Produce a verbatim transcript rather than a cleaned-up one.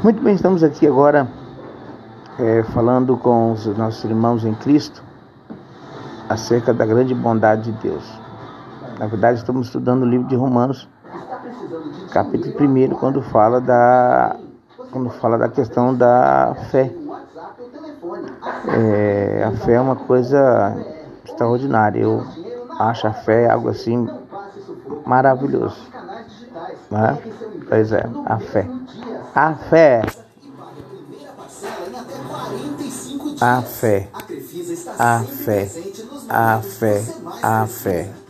Muito bem, estamos aqui agora é, falando com os nossos irmãos em Cristo acerca da grande bondade de Deus. Na verdade, estamos estudando o livro de Romanos, capítulo primeiro, quando fala da, quando fala da questão da fé. É, a fé é uma coisa extraordinária. Eu acho a fé algo assim maravilhoso, né? Pois é, a fé. A fé. A fé. A fé. A fé. A fé.